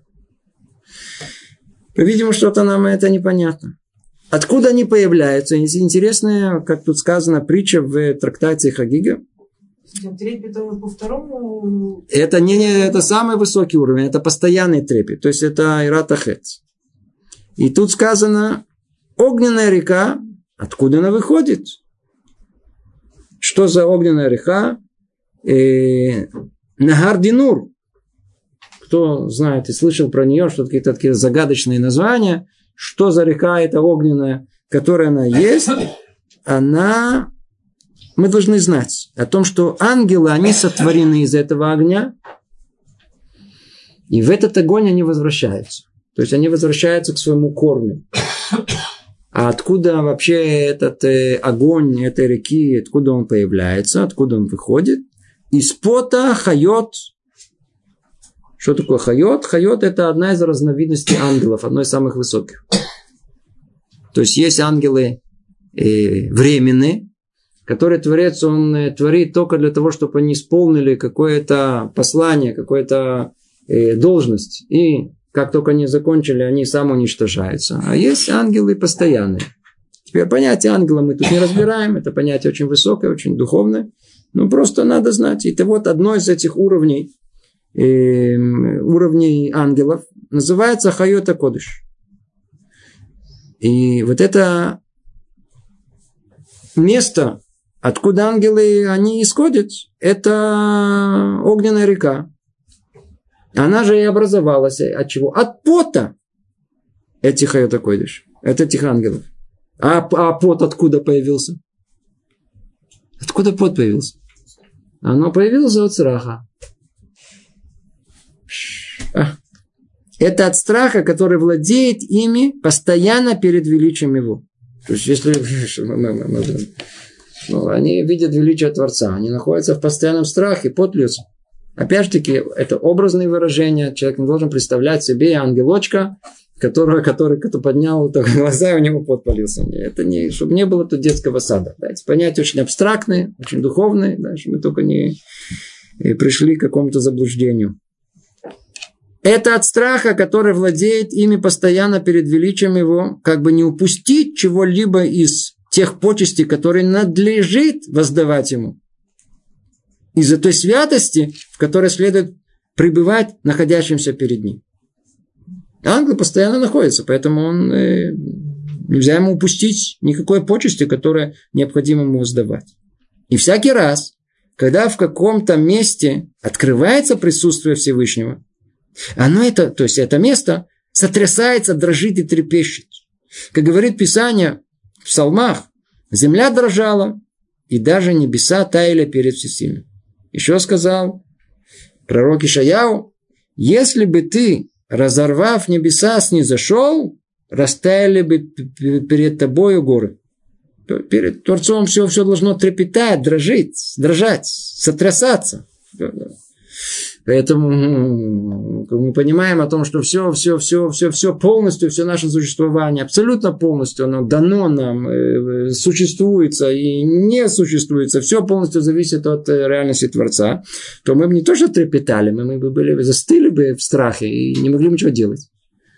Видимо, что-то нам это непонятно. Откуда они появляются? Интересная, как тут сказано, притча в трактате Хагига. Трепет по второму... Это не, не это самый высокий уровень, это постоянный трепет. То есть это ират ахец. И тут сказано, огненная река, откуда она выходит? Что за огненная река? Э, Нагар Динур. Кто знает и слышал про нее, что какие-то такие загадочные названия. Что за река эта огненная, которая она есть? Она... Мы должны знать о том, что ангелы, они сотворены из этого огня. И в этот огонь они возвращаются. То есть они возвращаются к своему корню. А откуда вообще этот э, огонь этой реки, откуда он появляется, откуда он выходит? Из пота хайот. Что такое хайот? Хайот – это одна из разновидностей ангелов, одной из самых высоких. То есть есть ангелы э, временные, которые Творец, он э, творит только для того, чтобы они исполнили какое-то послание, какую-то э, должность. И как только они закончили, они самоуничтожаются. А есть ангелы постоянные. Теперь понятие ангела мы тут не разбираем. Это понятие очень высокое, очень духовное. Но просто надо знать. Это вот одно из этих уровней, э, уровней ангелов называется Хайот ха-Кодеш. И вот это место, откуда ангелы они исходят, это огненная река. Она же и образовалась от чего? От пота этих Хайот ха-Кодеш, от этих ангелов. А, а пот откуда появился? Откуда пот появился? Оно появилось от страха. Это от страха, который владеет ими постоянно перед величием его. То есть, если ну, они видят величие Творца, они находятся в постоянном страхе, пот льется. Опять же таки, это образные выражения. Человек не должен представлять себе ангелочка, которого, который кто поднял так, глаза, и у него пот полился. Это не, чтобы не было тут детского сада. Да, эти понятия очень абстрактные, очень духовные, да, чтобы мы только не пришли к какому-то заблуждению. Это от страха, который владеет ими постоянно перед величием его, как бы не упустить чего-либо из тех почестей, которые надлежит воздавать ему. Из-за той святости, в которой следует пребывать находящимся перед ним. Ангел постоянно находится, поэтому он, э, нельзя ему упустить никакой почести, которую необходимо ему воздавать. И всякий раз, когда в каком-то месте открывается присутствие Всевышнего, оно это, то есть это место сотрясается, дрожит и трепещет. Как говорит Писание в Псалмах, земля дрожала, и даже небеса таяли перед Всесильным. Еще сказал пророк Ишаяу, если бы ты, разорвав небеса, снизошел, растаяли бы перед тобою горы. Перед Творцом все, все должно трепетать, дрожить, дрожать, сотрясаться. Поэтому мы понимаем о том, что все, все, все, все, все полностью, все наше существование, абсолютно полностью, оно дано нам, существуется и не существуется, все полностью зависит от реальности Творца, то мы бы не то что трепетали, мы бы были, застыли бы в страхе и не могли ничего делать.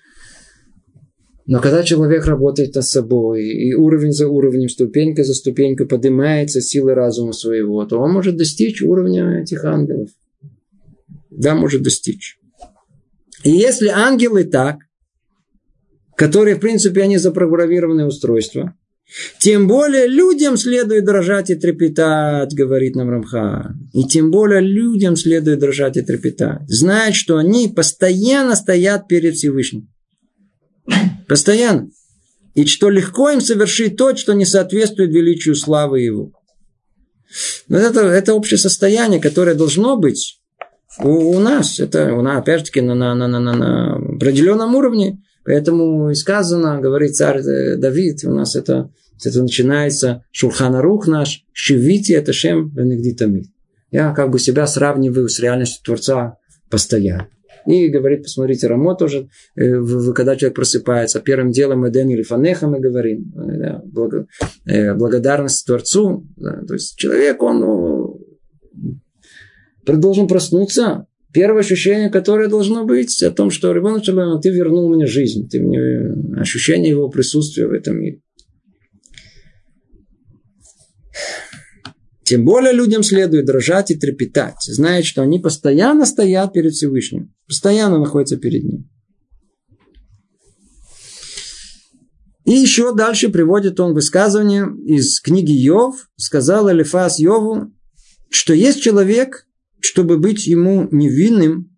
Но когда человек работает над собой, и уровень за уровнем, ступенька за ступенькой поднимается силой разума своего, то он может достичь уровня этих ангелов. Да, может достичь. И если ангелы так, которые, в принципе, они запрограммированные устройства, тем более людям следует дрожать и трепетать, говорит нам Рамхан. И тем более людям следует дрожать и трепетать. Знать, что они постоянно стоят перед Всевышним. Постоянно. И что легко им совершить то, что не соответствует величию славы его. Но это, это общее состояние, которое должно быть У, у нас, это у нас, опять же таки, на, на, на, на, на определенном уровне. Поэтому и сказано, говорит царь Давид, у нас это, это начинается Шулхан Арух наш, Шивити это Шем Венегди Тамид. Я как бы себя сравниваю с реальностью Творца постоянно. И говорит, посмотрите, Рамо тоже, когда человек просыпается, первым делом Эден или Фанеха мы говорим, да, благодарность Творцу. Да, то есть человек, он ну, должен проснуться. Первое ощущение, которое должно быть, о том, что Рибону шель олам, ты вернул мне жизнь, ты мне ощущение его присутствия в этом мире. Тем более людям следует дрожать и трепетать, зная, что они постоянно стоят перед Всевышним, постоянно находятся перед ним. И еще дальше приводит он высказывание из книги Йов, сказал Элифаз Йову, что есть человек, чтобы быть ему невинным,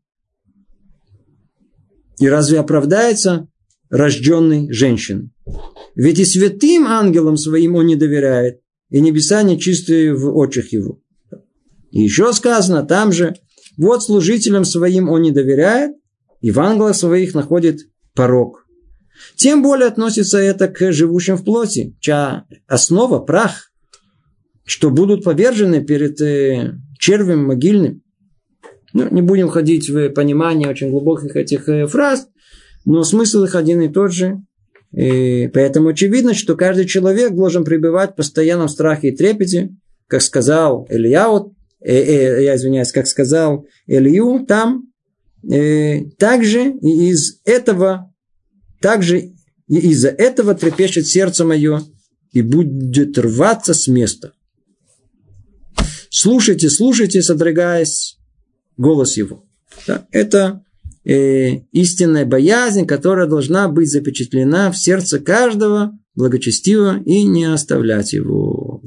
и разве оправдается рожденный женщиной? Ведь и святым ангелам своим он не доверяет, и небеса нечистые в очах его. И еще сказано там же, вот служителям своим он не доверяет, и в ангелах своих находит порок. Тем более относится это к живущим в плоти, чья основа – прах, что будут повержены перед червем могильным. Ну, не будем ходить в понимание очень глубоких этих фраз, но смысл их один и тот же. И поэтому очевидно, что каждый человек должен пребывать в постоянном страхе и трепете, как сказал Ильяу, э, э, я извиняюсь, как сказал Илью там, э, также и из этого, также и из-за этого трепещет сердце мое и будет рваться с места. Слушайте, слушайте, содрогаясь, голос его. Да, это э, истинная боязнь, которая должна быть запечатлена в сердце каждого благочестиво и не оставлять его.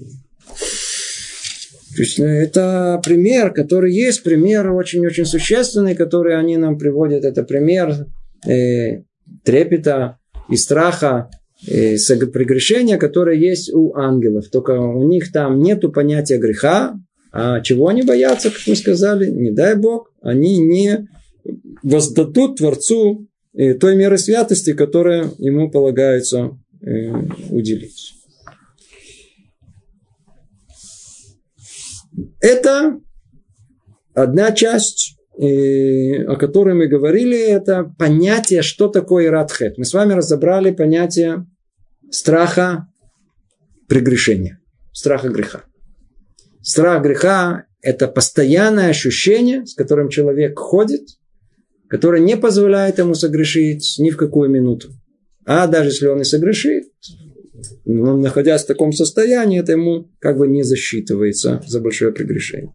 То есть, это пример, который есть, пример очень-очень существенный, который они нам приводят. Это пример э, трепета и страха, э, прегрешения, которое есть у ангелов. Только у них там нету понятия греха. А чего они боятся, как мы сказали? Не дай Бог, они не воздадут Творцу той меры святости, которая ему полагается уделить. Это одна часть, о которой мы говорили, это понятие, что такое ират хет. Мы с вами разобрали понятие страха прегрешения, страха греха. Страх греха – это постоянное ощущение, с которым человек ходит, которое не позволяет ему согрешить ни в какую минуту. А даже если он и согрешит, ну, находясь в таком состоянии, это ему как бы не засчитывается за большое прегрешение.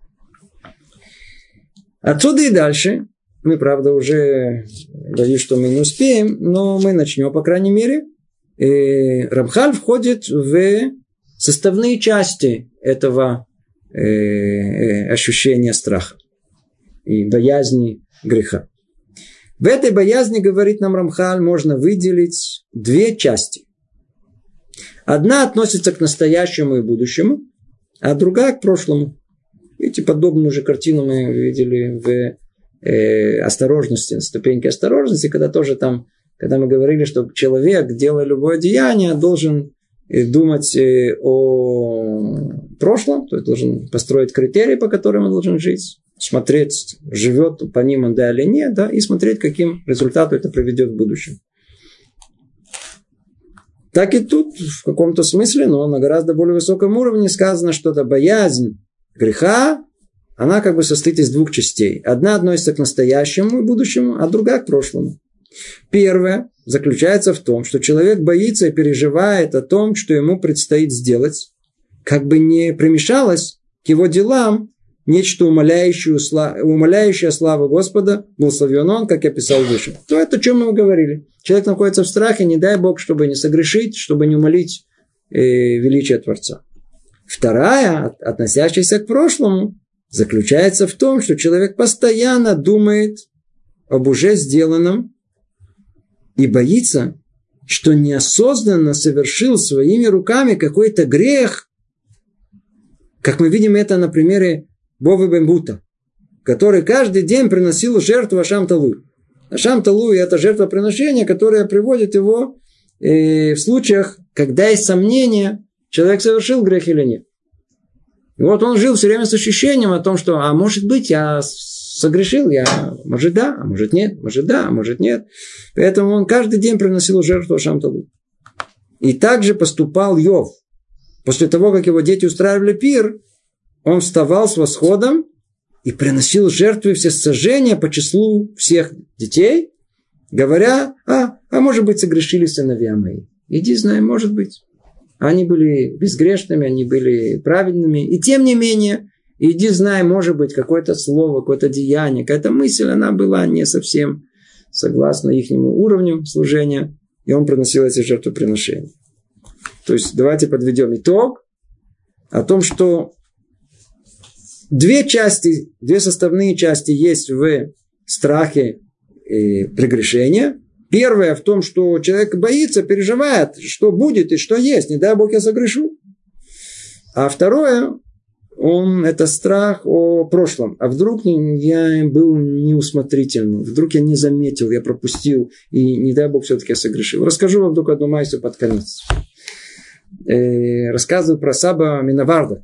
Отсюда и дальше, мы, правда, уже боюсь, что мы не успеем, но мы начнем, по крайней мере. И Рамхаль входит в составные части этого э, э, ощущения страха и боязни греха. В этой боязни, говорит нам Рамхаль, можно выделить две части. Одна относится к настоящему и будущему, а другая к прошлому. Видите, подобную же картину мы видели в э, осторожности, на ступеньке осторожности, когда тоже там, когда мы говорили, что человек, делая любое деяние, должен думать о прошлом, то есть должен построить критерии, по которым он должен жить, смотреть, живет по ним он да или нет, да, и смотреть, каким результатом это приведет в будущем. Так и тут, в каком-то смысле, но на гораздо более высоком уровне сказано, что это боязнь греха, она как бы состоит из двух частей. Одна относится к настоящему и будущему, а другая к прошлому. Первое заключается в том, что человек боится и переживает о том, что ему предстоит сделать, как бы не примешалось к его делам нечто умаляющее, умаляющее славу Господа, благословен он, как я писал выше. То это, о чем мы говорили. Человек находится в страхе, не дай Бог, чтобы не согрешить, чтобы не умолить э, величие Творца. Вторая, относящаяся к прошлому, заключается в том, что человек постоянно думает об уже сделанном, и боится, что неосознанно совершил своими руками какой-то грех, как мы видим это на примере Бовы бен Бута, который каждый день приносил жертву Ашам Талуй. Ашам Талуй – это жертвоприношение, которое приводит его э, в случаях, когда есть сомнения, человек совершил грех или нет. И вот он жил все время с ощущением о том, что, а может быть, я согрешил я, может да, а может нет, может да, а может нет. Поэтому он каждый день приносил жертву Ашам Талут. И также поступал Йов. После того, как его дети устраивали пир, он вставал с восходом и приносил жертвы всесожжения по числу всех детей, говоря, а, а может быть, согрешили сыновья мои. Иди, знай, может быть. Они были безгрешными, они были праведными. И тем не менее, иди, знай, может быть, какое-то слово, какое-то деяние, какая-то мысль, она была не совсем согласна их уровню служения. И он приносил эти жертвоприношения. То есть, давайте подведем итог о том, что две части, две составные части есть в страхе и прегрешения. Первое в том, что человек боится, переживает, что будет и что есть. Не дай Бог, я согрешу. А второе, он, это страх о прошлом. А вдруг я был неусмотрительным, вдруг я не заметил, я пропустил, и не дай Бог, все-таки я согрешил. Расскажу вам только одну майсу под конец. Э, рассказываю про Саба Минавардак.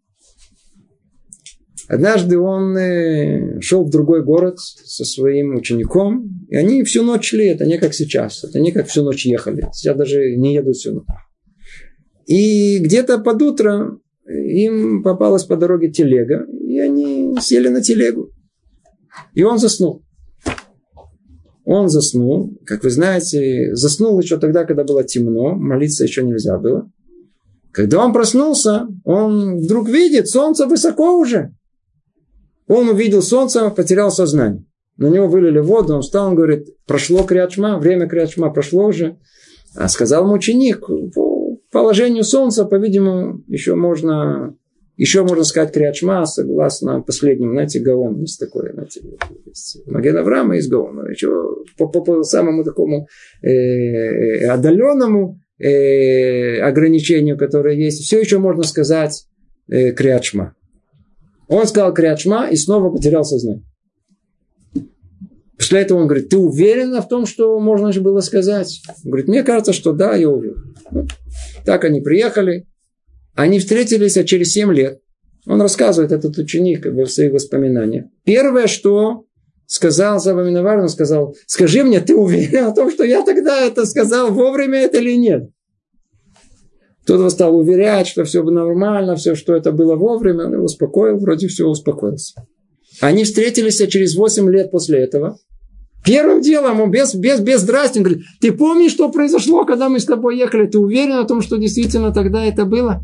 Однажды он э, шел в другой город со своим учеником, и они всю ночь шли, это не как сейчас, это не как всю ночь ехали, сейчас даже не едут всю ночь. И где-то под утро им попалась по дороге телега, и они сели на телегу, и он заснул. Он заснул, как вы знаете, заснул еще тогда, когда было темно, молиться еще нельзя было. Когда он проснулся, он вдруг видит, солнце высоко уже. Он увидел солнце, потерял сознание. На него вылили воду, он встал, он говорит, прошло Крiyat Shema, время Крiyat Shema прошло уже. А сказал ему ученик, по положению солнца, по-видимому, еще можно, еще можно сказать Крiyat Shema, согласно последнему, знаете, Гаон, есть такое, знаете, Маген Авраама есть Гаон, еще по, по, по самому такому э, отдаленному э, ограничению, которое есть, все еще можно сказать э, Крiyat Shema. Он сказал Крiyat Shema и снова потерял сознание. После этого он говорит, ты уверена в том, что можно же было сказать? Он говорит, мне кажется, что да, я уверен. Ну, так они приехали. Они встретились, а через семь лет. Он рассказывает, этот ученик, в своих воспоминаниях. Первое, что сказал Саба Минавардак, он сказал, скажи мне, ты уверен в том, что я тогда это сказал, вовремя это или нет? Кто-то стал уверять, что все нормально, все, что это было вовремя. Он его успокоил, вроде все успокоился. Они встретились через восемь лет после этого. Первым делом он без, без, без здрасти, он говорит, ты помнишь, что произошло, когда мы с тобой ехали? Ты уверен в том, что действительно тогда это было?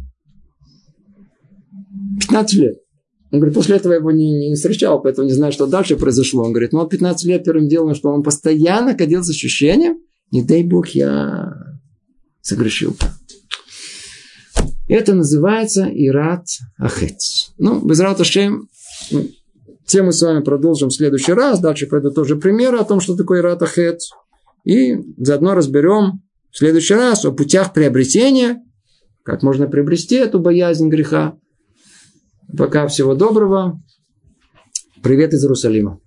пятнадцать лет. Он говорит, после этого я его не, не встречал, поэтому не знаю, что дальше произошло. Он говорит, ну вот пятнадцать лет первым делом, что он постоянно ходил с ощущением, не дай Бог, я согрешил. Это называется Ират Ахет. Ну, без Рат Ашем, тему с вами продолжим в следующий раз. Дальше пройду тоже примеры о том, что такое Ират Ахет. И заодно разберем в следующий раз о путях приобретения, как можно приобрести эту боязнь греха. Пока всего доброго. Привет из Иерусалима.